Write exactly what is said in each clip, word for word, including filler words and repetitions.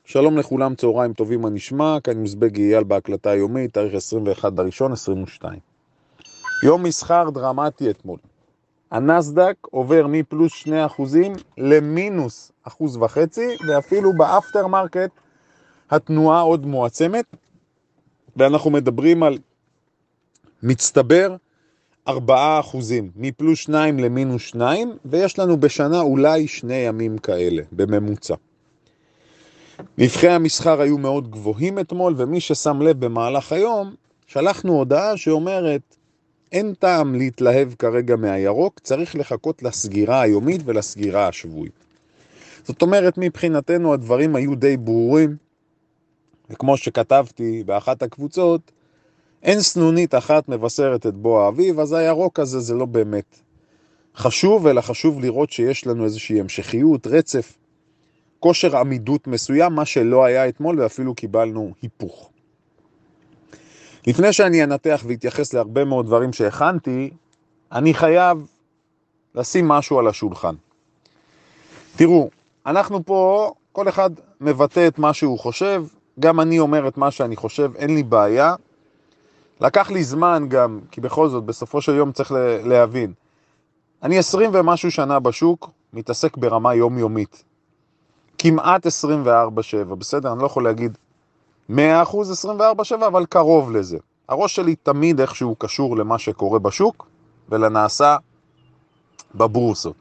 שלום לכולם, צהריים טובים, מה נשמע? כאן מזבג אייל בהקלטה היומית, תאריך עשרים ואחד בראשון עשרים ושתיים. יום מסחר דרמטי אתמול. הנסדק עובר מפלוס שני אחוזים למינוס אחוז וחצי, ואפילו באפטר מרקט התנועה עוד מועצמת, ואנחנו מדברים על מצטבר ארבעה אחוזים, מפלוס שניים למינוס שניים, ויש לנו בשנה אולי שני ימים כאלה, בממוצע. נבחי המסחר היו מאוד גבוהים אתמול, ומי ששם לב במהלך היום, שלחנו הודעה שאומרת, אין טעם להתלהב כרגע מהירוק, צריך לחכות לסגירה היומית ולסגירה השבועית. זאת אומרת, מבחינתנו הדברים היו די ברורים, וכמו שכתבתי באחת הקבוצות, אין סנונית אחת מבשרת את בוא האביב, אז הירוק הזה זה לא באמת חשוב, אלא חשוב לראות שיש לנו איזושהי המשכיות, רצף, כושר עמידות מסוים, מה שלא היה אתמול, ואפילו קיבלנו היפוך. לפני שאני אנתח והתייחס להרבה מאוד דברים שהכנתי, אני חייב לשים משהו על השולחן. תראו, אנחנו פה, כל אחד מבטא את מה שהוא חושב, גם אני אומר את מה שאני חושב, אין לי בעיה. לקח לי זמן גם, כי בכל זאת, בסופו של יום צריך להבין. אני עשרים ומשהו שנה בשוק, מתעסק ברמה יומיומית. כמעט עשרים וארבע שבע, בסדר? אני לא יכול להגיד מאה אחוז עשרים וארבע שבע, אבל קרוב לזה. הראש שלי תמיד איכשהו קשור למה שקורה בשוק, ולנעשה בבורסות.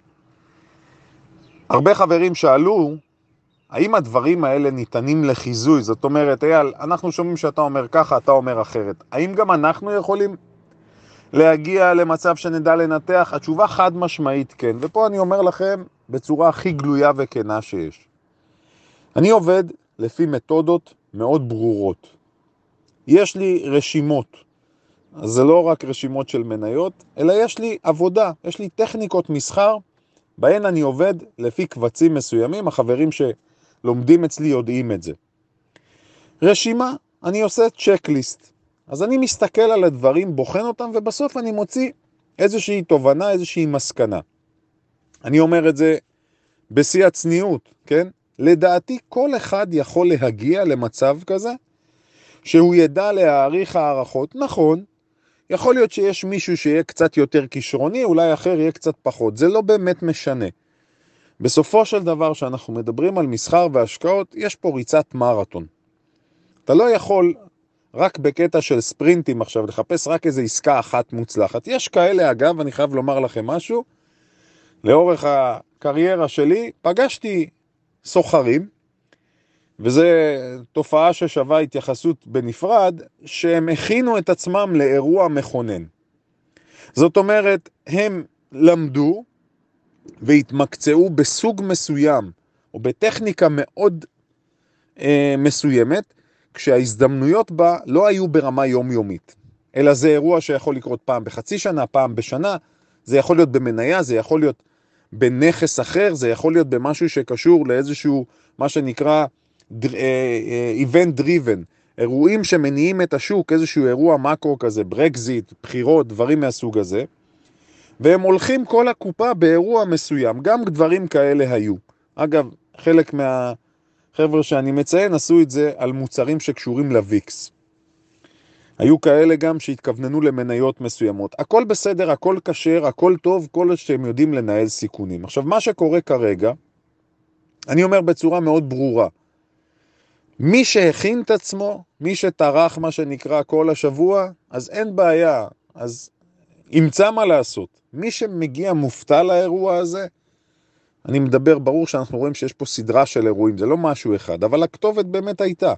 הרבה חברים שאלו, האם הדברים האלה ניתנים לחיזוי? זאת אומרת, אייל, אנחנו שומעים שאתה אומר ככה, אתה אומר אחרת. האם גם אנחנו יכולים להגיע למצב שנדע לנתח? התשובה חד משמעית כן, ופה אני אומר לכם בצורה הכי גלויה וכנה שיש. אני עובד לפי מתודות מאוד ברורות. יש לי רשימות, אז זה לא רק רשימות של מניות, אלא יש לי עבודה, יש לי טכניקות מסחר, בהן אני עובד לפי קבצים מסוימים, החברים שלומדים אצלי יודעים את זה. רשימה, אני עושה צ'קליסט, אז אני מסתכל על הדברים, בוחן אותם, ובסוף אני מוציא איזושהי תובנה, איזושהי מסקנה. אני אומר את זה בשיא הצניעות, כן? לדעתי כל אחד יכול להגיע למצב כזה, שהוא ידע להעריך הערכות. נכון, יכול להיות שיש מישהו שיהיה קצת יותר כישרוני, אולי אחר יהיה קצת פחות. זה לא באמת משנה. בסופו של דבר שאנחנו מדברים על מסחר והשקעות, יש פה ריצת מרתון. אתה לא יכול רק בקטע של ספרינטים עכשיו לחפש רק איזו עסקה אחת מוצלחת. יש כאלה, אגב, אני חייב לומר לכם משהו, לאורך הקריירה שלי פגשתי סוחרים, וזו תופעה ששווה התייחסות בנפרד, שהם הכינו את עצמם לאירוע מכונן. זאת אומרת, הם למדו והתמקצעו בסוג מסוים, או בטכניקה מאוד אה, מסוימת, כשההזדמנויות בה לא היו ברמה יומיומית, אלא זה אירוע שיכול לקרות פעם בחצי שנה, פעם בשנה, זה יכול להיות במניה, זה יכול להיות בנכס אחר, זה יכול להיות במשהו שקשור לאיזשהו, מה שנקרא, event driven, אירועים שמניעים את השוק, איזשהו אירוע מקרו כזה, ברקזיט, בחירות, דברים מהסוג הזה, והם הולכים כל הקופה באירוע מסוים, גם דברים כאלה היו. אגב, חלק מהחבר'ה שאני מציין עשו את זה על מוצרים שקשורים לוויקס. היו כאלה גם שהתכווננו למניות מסוימות. הכל בסדר, הכל כשר, הכל טוב, כל שהם יודעים לנהל סיכונים. עכשיו, מה שקורה כרגע, אני אומר בצורה מאוד ברורה, מי שהכין את עצמו, מי שטרח מה שנקרא כל השבוע, אז אין בעיה, אז ימצא מה לעשות. מי שמגיע מופתע לאירוע הזה, אני מדבר, ברור שאנחנו רואים שיש פה סדרה של אירועים, זה לא משהו אחד, אבל הכתובת באמת הייתה.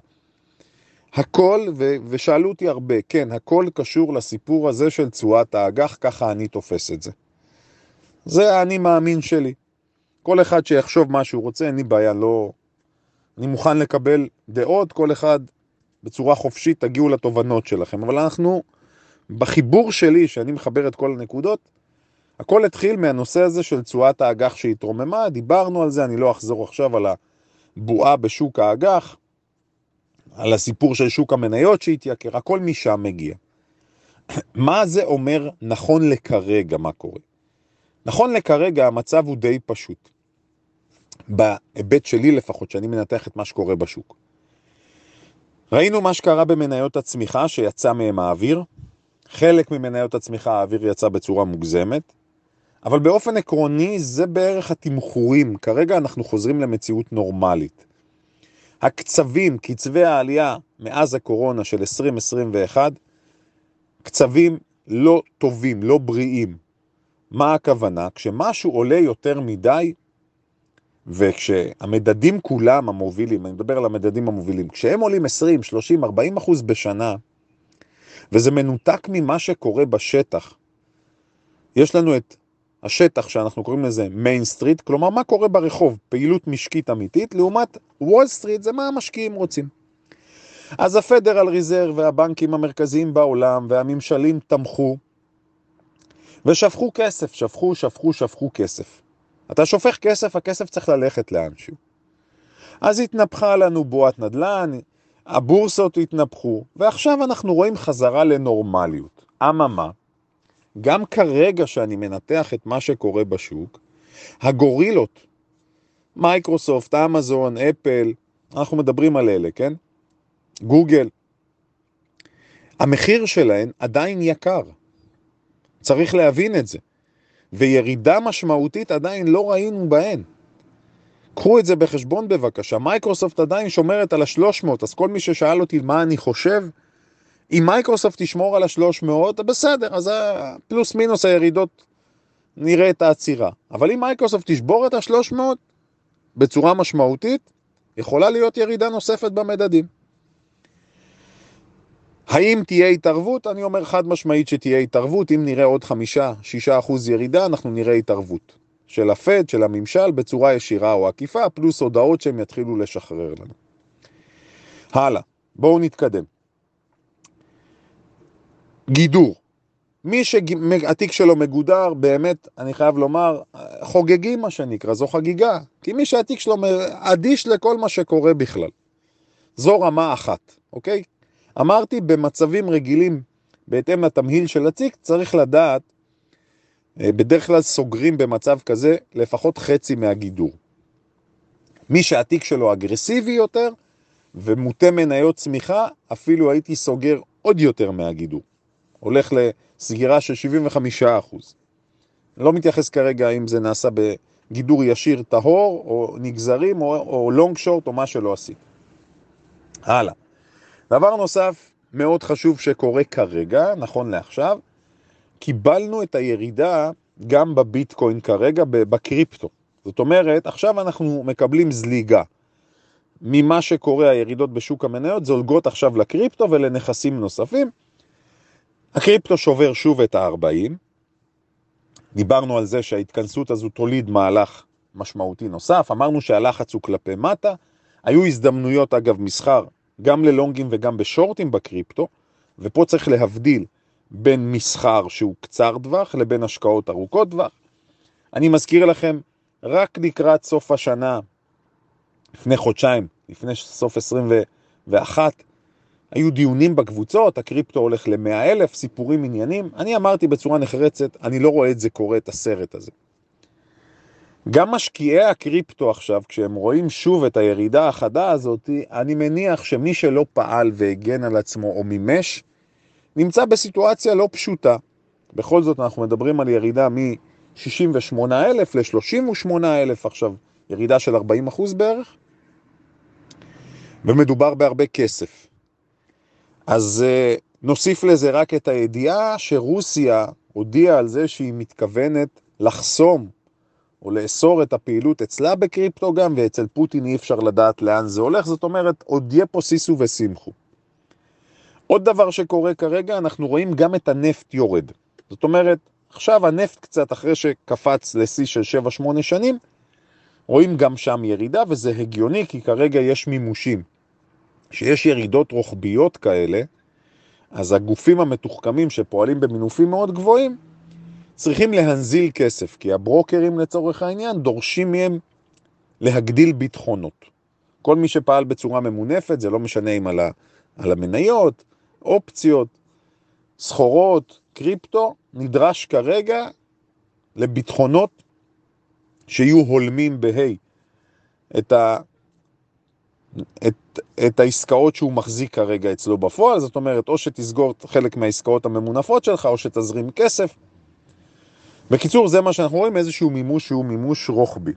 הכל, ו- ושאלו אותי הרבה, כן, הכל קשור לסיפור הזה של תשואת האג"ח, ככה אני תופס את זה. זה האני מאמין שלי. כל אחד שיחשוב מה שהוא רוצה, אין לי בעיה, לא... אני מוכן לקבל דעות, כל אחד בצורה חופשית, תגיעו לתובנות שלכם. אבל אנחנו, בחיבור שלי, שאני מחבר את כל הנקודות, הכל התחיל מהנושא הזה של תשואת האג"ח שהתרוממה, דיברנו על זה, אני לא אחזור עכשיו על הבועה בשוק האג"ח, על הסיפור של שוק המניות שהתייקר, הכל משם מגיע. מה זה אומר נכון לכרגע, מה קורה? נכון לכרגע המצב הוא די פשוט. בהיבט שלי לפחות, שאני מנתח את מה שקורה בשוק. ראינו מה שקרה במניות הצמיחה שיצא מהם האוויר. חלק ממניות הצמיחה האוויר יצא בצורה מוגזמת, אבל באופן עקרוני זה בערך התמחורים. כרגע אנחנו חוזרים למציאות נורמלית. הקצבים, קצבי העלייה מאז הקורונה של עשרים עשרים ואחת, קצבים לא טובים, לא בריאים. מה הכוונה? כשמשהו עולה יותר מדי, וכשהמדדים כולם המובילים, אני מדבר על המדדים המובילים, כשהם עולים עשרים, שלושים, ארבעים אחוז בשנה, וזה מנותק ממה שקורה בשטח, יש לנו את השטח שאנחנו קוראים לזה מיין סטריט, כלומר מה קורה ברחוב, פעילות משקית אמיתית, לעומת וול סטריט זה מה המשקיעים רוצים. אז הפדרל ריזרב והבנקים המרכזיים בעולם והממשלים תמכו ושפכו כסף, שפכו, שפכו, שפכו כסף. אתה שופך כסף, הכסף צריך ללכת לאנשהו. אז התנפחה לנו בועת נדל"ן, הבורסות התנפחו, ועכשיו אנחנו רואים חזרה לנורמליות. אממה, גם כרגע שאני מנתח את מה שקורה בשוק, הגורילות, מייקרוסופט, אמזון, אפל, אנחנו מדברים על אלה, כן? גוגל, המחיר שלהן עדיין יקר. צריך להבין את זה. וירידה משמעותית עדיין לא ראינו בהן. קחו את זה בחשבון בבקשה. מייקרוסופט עדיין שומרת על ה-שלוש מאות, אז כל מי ששאל אותי מה אני חושב, אם מייקרוסופט תשמור על ה-שלוש מאות, בסדר, אז פלוס מינוס הירידות נראה את העצירה. אבל אם מייקרוסופט תשבור את ה-שלוש מאות בצורה משמעותית, יכולה להיות ירידה נוספת במדדים. האם תהיה התערבות? אני אומר חד משמעית שתהיה התערבות. אם נראה עוד חמישה, שישה אחוז ירידה, אנחנו נראה התערבות של הפד, של הממשל, בצורה ישירה או עקיפה, פלוס הודעות שהם יתחילו לשחרר לנו. הלאה, בואו נתקדם. גידור. מי שהתיק שלו מגודר, באמת, אני חייב לומר, חוגגים מה שנקרא, זו חגיגה. כי מי שהתיק שלו אדיש לכל מה שקורה בכלל. זו רמה אחת, אוקיי? אמרתי, במצבים רגילים, בהתאם לתמהיל של הציק, צריך לדעת, בדרך כלל סוגרים במצב כזה, לפחות חצי מהגידור. מי שהתיק שלו אגרסיבי יותר, ומוטה מניות צמיחה, אפילו הייתי סוגר עוד יותר מהגידור. הולך לסגירה של שבעים וחמישה אחוז. לא מתייחס כרגע אם זה נעשה בגידור ישיר טהור, או נגזרים, או, או לונג שורט, או מה שלא עשית. הלאה. דבר נוסף מאוד חשוב שקורה כרגע, נכון לעכשיו, קיבלנו את הירידה גם בביטקוין כרגע, בקריפטו. זאת אומרת, עכשיו אנחנו מקבלים זליגה. ממה שקורה, הירידות בשוק המניות, זולגות עכשיו לקריפטו ולנכסים נוספים. הקריפטו שובר שוב את ה-ארבעים. דיברנו על זה שההתכנסות הזו תוליד מהלך משמעותי נוסף. אמרנו שהלחץ הוא כלפי מטה. היו הזדמנויות אגב מסחר, גם ללונגים וגם בשורטים בקריפטו, ופה צריך להבדיל בין מסחר שהוא קצר טווח לבין השקעות ארוכות טווח. אני מזכיר לכם, רק לקראת סוף השנה, לפני חודשיים, לפני סוף עשרים ואחת, היו דיונים בקבוצות, הקריפטו הולך ל-מאה אלף, סיפורים עניינים. אני אמרתי בצורה נחרצת, אני לא רואה את זה קורה, את הסרט הזה. גם משקיעי הקריפטו עכשיו, כשהם רואים שוב את הירידה החדה הזאת, אני מניח שמי שלא פעל והגן על עצמו או מימש, נמצא בסיטואציה לא פשוטה. בכל זאת אנחנו מדברים על ירידה מ-שישים ושמונה אלף ל-שלושים ושמונה אלף עכשיו, ירידה של ארבעים אחוז בערך, ומדובר בהרבה כסף. אז נוסיף לזה רק את הידיעה שרוסיה הודיעה על זה שהיא מתכוונת לחסום או לאסור את הפעילות אצלה בקריפטו גם, ואצל פוטין אי אפשר לדעת לאן זה הולך. זאת אומרת, עוד יהיה פה סיסו וסימחו. עוד דבר שקורה כרגע, אנחנו רואים גם את הנפט יורד. זאת אומרת, עכשיו הנפט קצת אחרי שקפץ לסי של שבע שמונה שנים, רואים גם שם ירידה, וזה הגיוני כי כרגע יש מימושים. שיש ירידות רוחביות כאלה, אז הגופים המתוחכמים שפועלים במינופים מאוד גבוהים, צריכים להנזיל כסף, כי הברוקרים לצורך העניין דורשים מהם להגדיל ביטחונות. כל מי שפעל בצורה ממונפת, זה לא משנה אם על, ה, על המניות, אופציות, סחורות, קריפטו, נדרש כרגע לביטחונות שיהיו הולמים בהי. את, ה, את, את העסקאות שהוא מחזיק כרגע אצלו בפועל, זאת אומרת, או שתסגור חלק מהעסקאות הממונפות שלך, או שתזרים כסף. בקיצור, זה מה שאנחנו רואים, איזשהו מימוש שהוא מימוש רוחבי.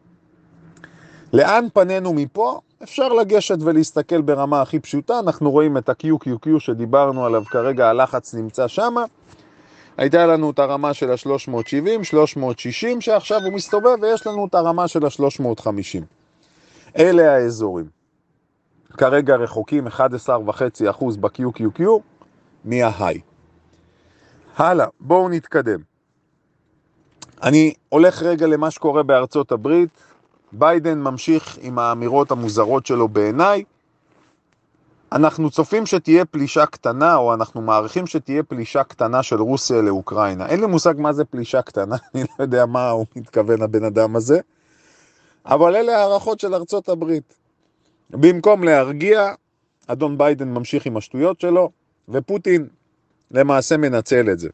לאן פנינו מפה? אפשר לגשת ולהסתכל ברמה הכי פשוטה, אנחנו רואים את ה-קיו קיו קיו שדיברנו עליו כרגע, הלחץ נמצא שם, הייתה לנו את הרמה של ה-שלוש מאות שבעים, שלוש מאות שישים שעכשיו הוא מסתובב, ויש לנו את הרמה של ה-שלוש מאות חמישים. אלה האזורים. כרגע רחוקים אחד עשר נקודה חמש אחוז ב-קיו קיו קיו מה-היי. הלאה, בואו נתקדם. אני הולך רגע למה שקורה בארצות הברית. ביידן ממשיך עם האמירות המוזרות שלו בעיניי. אנחנו צופים שתהיה פלישה קטנה, או אנחנו מעריכים שתהיה פלישה קטנה של רוסיה לאוקראינה. אין לי מושג מה זה פלישה קטנה, אני לא יודע מה הוא מתכוון הבן אדם הזה. אבל אלה הערכות של ארצות הברית. במקום להרגיע, אדון ביידן ממשיך עם השטויות שלו, ופוטין למעשה מנצל את זה.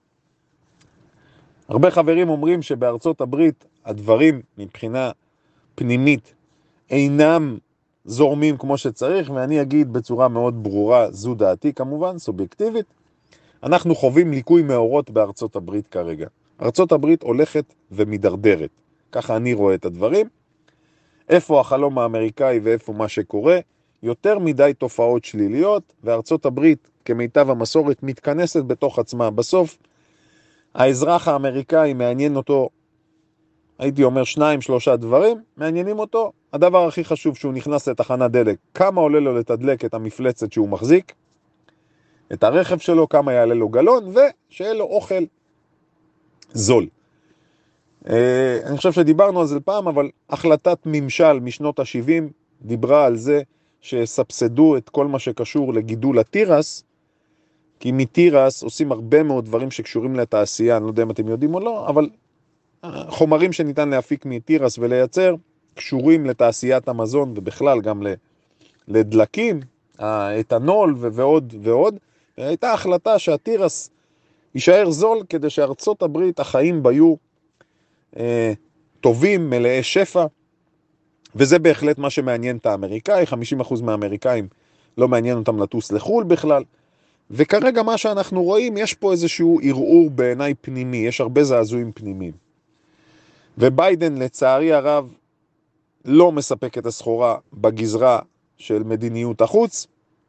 הרבה חברים אומרים שבארצות הברית הדברים מבחינה פנימית אינם זורמים כמו שצריך, ואני אגיד בצורה מאוד ברורה, זו דעתי כמובן, סובייקטיבית, אנחנו חווים ליקוי מאורות בארצות הברית כרגע. ארצות הברית הולכת ומדרדרת, ככה אני רואה את הדברים. איפה החלום האמריקאי ואיפה מה שקורה, יותר מדי תופעות שליליות, וארצות הברית כמיטב המסורת מתכנסת בתוך עצמה. בסוף האזרח האמריקאי מעניין אותו, הייתי אומר שניים, שלושה דברים, מעניינים אותו. הדבר הכי חשוב שהוא נכנס לתחנת דלק, כמה עולה לו לתדלק את המפלצת שהוא מחזיק, את הרכב שלו, כמה יעלה לו גלון, ושיהיה לו אוכל זול. אני חושב שדיברנו על זה פעם, אבל החלטת ממשל משנות ה-שבעים דיברה על זה שסבסדו את כל מה שקשור לגידול התירס, כי מתירס עושים הרבה מאוד דברים שקשורים לתעשייה, אני לא יודע אם אתם יודעים או לא, אבל חומרים שניתן להפיק מתירס ולייצר, קשורים לתעשיית המזון ובכלל גם לדלקים, האתנול ועוד ועוד. הייתה החלטה שהתירס יישאר זול כדי שארצות הברית החיים ביו אה, טובים, מלאי שפע, וזה בהחלט מה שמעניין את האמריקאי. חמישים אחוז מהאמריקאים לא מעניין אותם לטוס לחול בכלל, וכרגע מה שאנחנו רואים, יש פה איזשהו ערעור בעיניי פנימי, יש הרבה זעזועים פנימיים. וביידן לצערי הרב לא מספק את הסחורה בגזרה של מדיניות החוץ,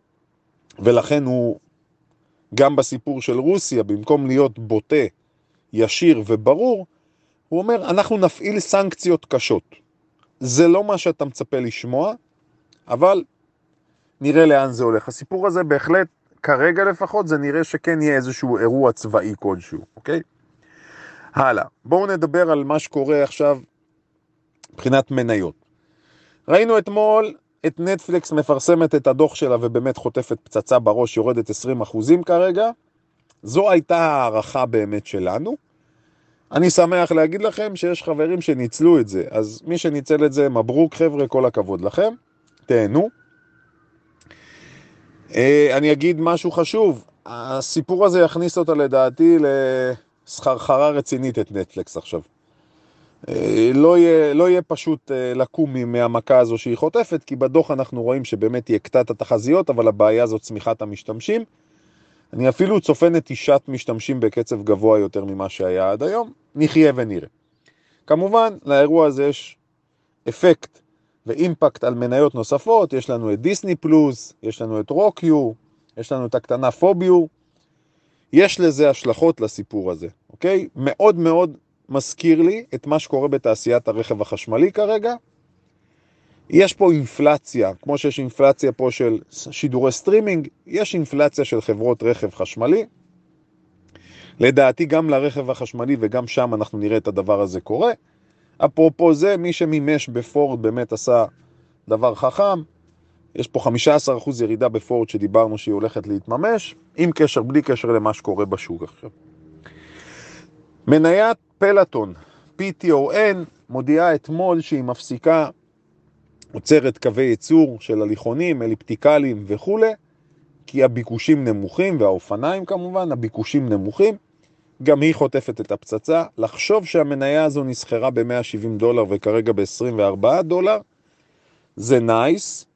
ולכן הוא גם בסיפור של רוסיה, במקום להיות בוטה, ישיר וברור, הוא אומר, אנחנו נפעיל סנקציות קשות. זה לא מה שאתה מצפה לשמוע, אבל נראה לאן זה הולך. הסיפור הזה בהחלט, כרגע לפחות, זה נראה שכן יהיה איזשהו אירוע צבאי כלשהו, אוקיי? הלאה, בואו נדבר על מה שקורה עכשיו מבחינת מניות. ראינו אתמול את נטפליקס מפרסמת את הדוח שלה ובאמת חוטפת פצצה בראש, יורדת עשרים אחוזים כרגע. זו הייתה הערכה באמת שלנו. אני שמח להגיד לכם שיש חברים שניצלו את זה, אז מי שניצל את זה, מברוק חבר'ה, כל הכבוד לכם, תהנו. אני אגיד משהו חשוב, הסיפור הזה יכניס אותה לדעתי לסחרחרה רצינית את נטפליקס עכשיו. לא יהיה, לא יהיה פשוט לקום מהמכה הזו שהיא חוטפת, כי בדוח אנחנו רואים שבאמת היא הקטעת התחזיות, אבל הבעיה זו צמיחת המשתמשים. אני אפילו צופה נטישת משתמשים בקצב גבוה יותר ממה שהיה עד היום, נחיה ונראה. כמובן, לאירוע הזה יש אפקט ואימפקט על מניות נוספות, יש לנו את דיסני פלוס, יש לנו את רוקיו, יש לנו את הקטנה פוביו, יש לזה השלכות לסיפור הזה, אוקיי? מאוד מאוד מזכיר לי את מה שקורה בתעשיית הרכב החשמלי כרגע. יש פה אינפלציה, כמו שיש אינפלציה פה של שידורי סטרימינג, יש אינפלציה של חברות רכב חשמלי. לדעתי גם לרכב החשמלי וגם שם אנחנו נראה את הדבר הזה קורה. אפרופו זה, מי שמימש בפורד באמת עשה דבר חכם. יש פה חמישה עשר אחוז ירידה בפורד שדיברנו שהיא הולכת להתממש, עם קשר, בלי קשר למה שקורה בשוק עכשיו. מניית פלטון, פי טי או אן, מודיעה אתמול שהיא מפסיקה, עוצרת קווי ייצור של הליכונים, אליפטיקליים וכו', כי הביקושים נמוכים, והאופניים כמובן, הביקושים נמוכים, גם היא חוטפת את הפצצה. לחשוב שהמניה הזו נסחרה ב-מאה שבעים דולר וכרגע ב-עשרים וארבעה דולר, זה נייס,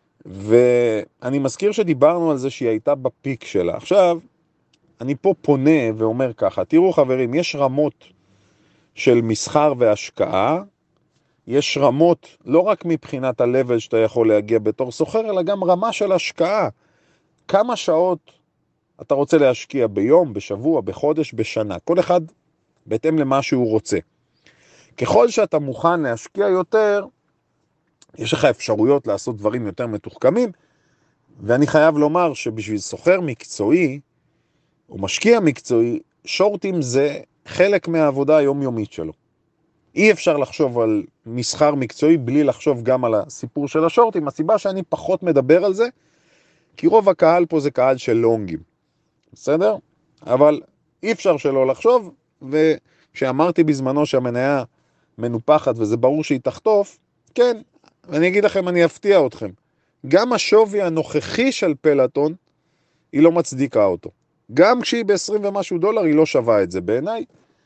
ואני מזכיר שדיברנו על זה שהיא הייתה בפיק שלה. עכשיו, אני פה פונה ואומר ככה, תראו חברים, יש רמות של מסחר והשקעה, יש רמות לא רק מבחינת ה-level שאתה יכול להגיע בתור סוחר, אלא גם רמה של השקעה. כמה שעות אתה רוצה להשקיע ביום, בשבוע, בחודש, בשנה. כל אחד בהתאם למה שהוא רוצה. ככל שאתה מוכן להשקיע יותר, יש לך אפשרויות לעשות דברים יותר מתוחכמים, ואני חייב לומר שבשביל סוחר מקצועי, או משקיע מקצועי, שורטים זה חלק מהעבודה היומיומית שלו. אי אפשר לחשוב על מסחר מקצועי בלי לחשוב גם על הסיפור של השורטים. הסיבה שאני פחות מדבר על זה, כי רוב הקהל פה זה קהל של לונגים. בסדר? אבל אי אפשר שלא לחשוב, וכשאמרתי בזמנו שהמניה מנופחת וזה ברור שהיא תחטוף, כן, ואני אגיד לכם, אני אפתיע אתכם. גם השווי הנוכחי של פלטון, היא לא מצדיקה אותו. גם כשהיא ב-עשרים ומשהו דולר, היא לא שווה את זה בעיניי.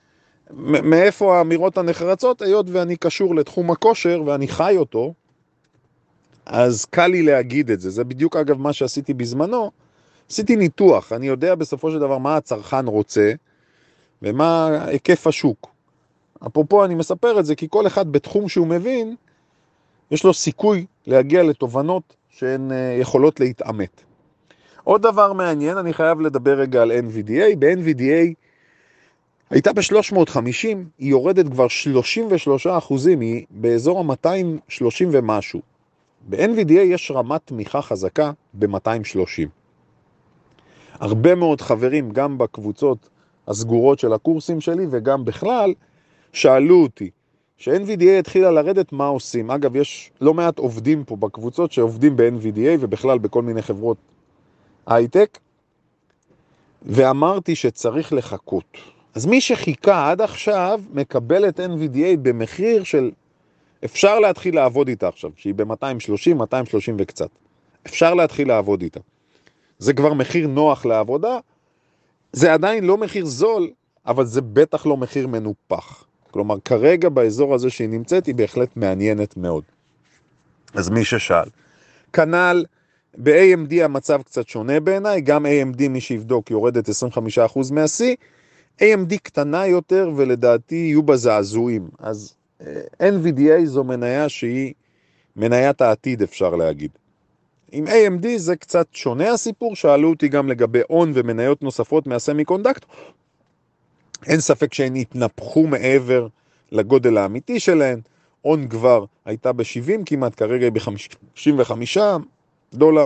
מאיפה האמירות הנחרצות? היות ואני קשור לתחום הכושר ואני חי אותו, אז קל לי להגיד את זה. זה בדיוק אגב מה שעשיתי בזמנו. עשיתי ניתוח. אני יודע בסופו של דבר מה הצרכן רוצה ומה היקף השוק. אפרופו אני מספר את זה כי כל אחד בתחום שהוא מבין, יש לו סיכוי להגיע לתובנות שהן יכולות להתאמת. עוד דבר מעניין, אני חייב לדבר רגע על אן וי די איי. ב-אן וי די איי הייתה ב-שלוש מאות וחמישים, היא יורדת כבר שלושים ושלושה אחוזים, היא באזור ה-מאתיים ושלושים ומשהו. ב-אן וי די איי יש רמת תמיכה חזקה ב-מאתיים ושלושים. הרבה מאוד חברים, גם בקבוצות הסגורות של הקורסים שלי וגם בכלל, שאלו אותי, ש-אן וי די איי התחילה לרדת, מה עושים? אגב, יש לא מעט עובדים פה בקבוצות שעובדים ב-אן וי די איי ובכלל בכל מיני חברות הייטק, ואמרתי שצריך לחכות. אז מי שחיכה עד עכשיו מקבל את אן וי די איי במחיר של, אפשר להתחיל לעבוד איתה עכשיו, שהיא ב-מאתיים ושלושים, מאתיים ושלושים וקצת. אפשר להתחיל לעבוד איתה. זה כבר מחיר נוח לעבודה, זה עדיין לא מחיר זול, אבל זה בטח לא מחיר מנופח. כלומר, כרגע באזור הזה שהיא נמצאת, היא בהחלט מעניינת מאוד. אז מי ששאל. כנ"ל, ב-איי אם די המצב קצת שונה בעיניי, גם איי אם די מי שיבדוק יורדת עשרים וחמישה אחוז מה-C, איי אם די קטנה יותר ולדעתי יהיו בה זעזועים. אז אן וי די איי זו מניה שהיא מניית העתיד אפשר להגיד. עם איי אם די זה קצת שונה הסיפור, שאלו אותי גם לגבי און ומניות נוספות מהסמיקונדקטור. אין ספק שהן התנפחו מעבר לגודל האמיתי שלהן. און כבר הייתה ב-שבעים כמעט, כרגע היא ב-חמישים וחמישה דולר.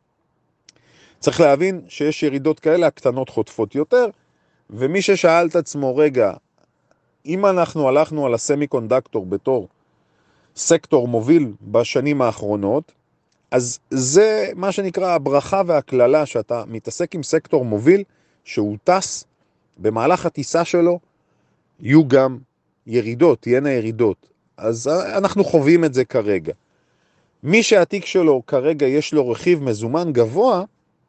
צריך להבין שיש ירידות כאלה, הקטנות חוטפות יותר, ומי ששאל את עצמו, רגע, אם אנחנו הלכנו על הסמיקונדקטור בתור סקטור מוביל בשנים האחרונות, אז זה מה שנקרא הברכה והכללה, שאתה מתעסק עם סקטור מוביל, שהוא טס, במהלך הטיסה שלו, יהיו גם ירידות, תהיינה ירידות. אז אנחנו חווים את זה כרגע. מי שהתיק שלו כרגע יש לו רכיב מזומן גבוה,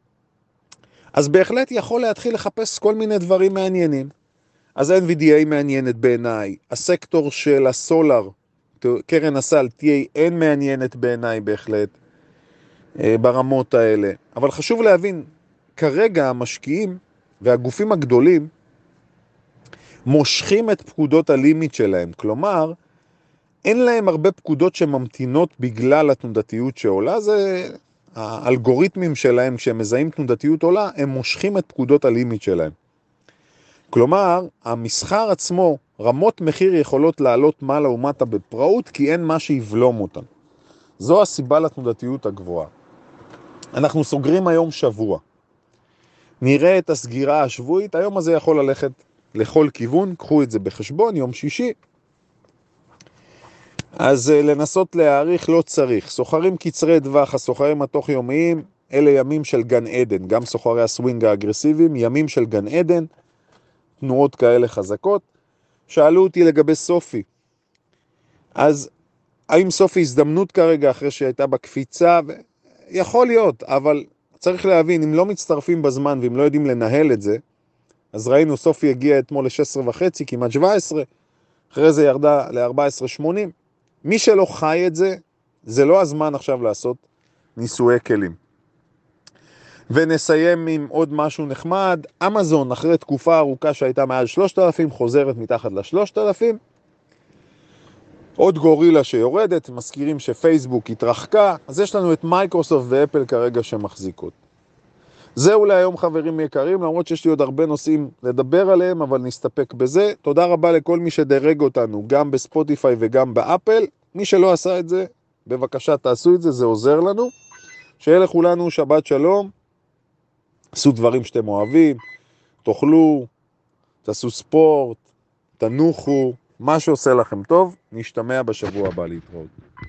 אז בהחלט יכול להתחיל לחפש כל מיני דברים מעניינים. אז אן וי די איי מעניינת בעיניי, הסקטור של הסולר, קרן הסל, טי איי אן מעניינת בעיניי בהחלט, ברמות האלה. אבל חשוב להבין, כרגע המשקיעים והגופים הגדולים מושכים את פקודות הלימיט שלהם. כלומר, אין להם הרבה פקודות שממתינות בגלל התנודתיות שעולה. זה האלגוריתמים שלהם, כשהם מזהים תנודתיות עולה, הם מושכים את פקודות הלימיט שלהם. כלומר, המסחר עצמו, רמות מחיר יכולות לעלות מעלה ומטה בפראות, כי אין מה שיבלום אותן. זו הסיבה לתנודתיות הגבוהה. אנחנו סוגרים היום שבוע. נראה את הסגירה השבועית, היום הזה יכול ללכת לכל כיוון, קחו את זה בחשבון, יום שישי. אז לנסות להעריך לא צריך. סוחרים קצרי דווח, הסוחרים התוך יומיים, אלה ימים של גן עדן, גם סוחרי הסווינג האגרסיביים, ימים של גן עדן, תנועות כאלה חזקות. שאלו אותי לגבי סופי. אז האם סופי הזדמנות כרגע אחרי שהייתה בקפיצה? יכול להיות, אבל צריך להבין, אם לא מצטרפים בזמן ואם לא יודעים לנהל את זה, אז ראינו סופי הגיע אתמול ל-שש עשרה וחצי, כמעט שבע עשרה, אחרי זה ירדה ל-ארבע עשרה שמונים. מי שלא חי את זה, זה לא הזמן עכשיו לעשות ניסויי כלים. ונסיים עם עוד משהו נחמד. אמזון אחרי תקופה ארוכה שהייתה מעל שלושת אלפים חוזרת מתחת ל-שלושת אלפים. עוד גורילה שיורדת, מזכירים שפייסבוק התרחקה, אז יש לנו את מייקרוסופט ואפל כרגע שמחזיקות. זהו להיום חברים יקרים, למרות שיש לי עוד הרבה נושאים לדבר עליהם, אבל נסתפק בזה. תודה רבה לכל מי שדרג אותנו, גם בספוטיפיי וגם באפל. מי שלא עשה את זה, בבקשה תעשו את זה, זה עוזר לנו. שיהיה לכולנו שבת שלום, עשו דברים שאתם אוהבים, תאכלו, תעשו ספורט, תנוחו, מה שעושה לכם טוב. נשתמע בשבוע הבא להתראות.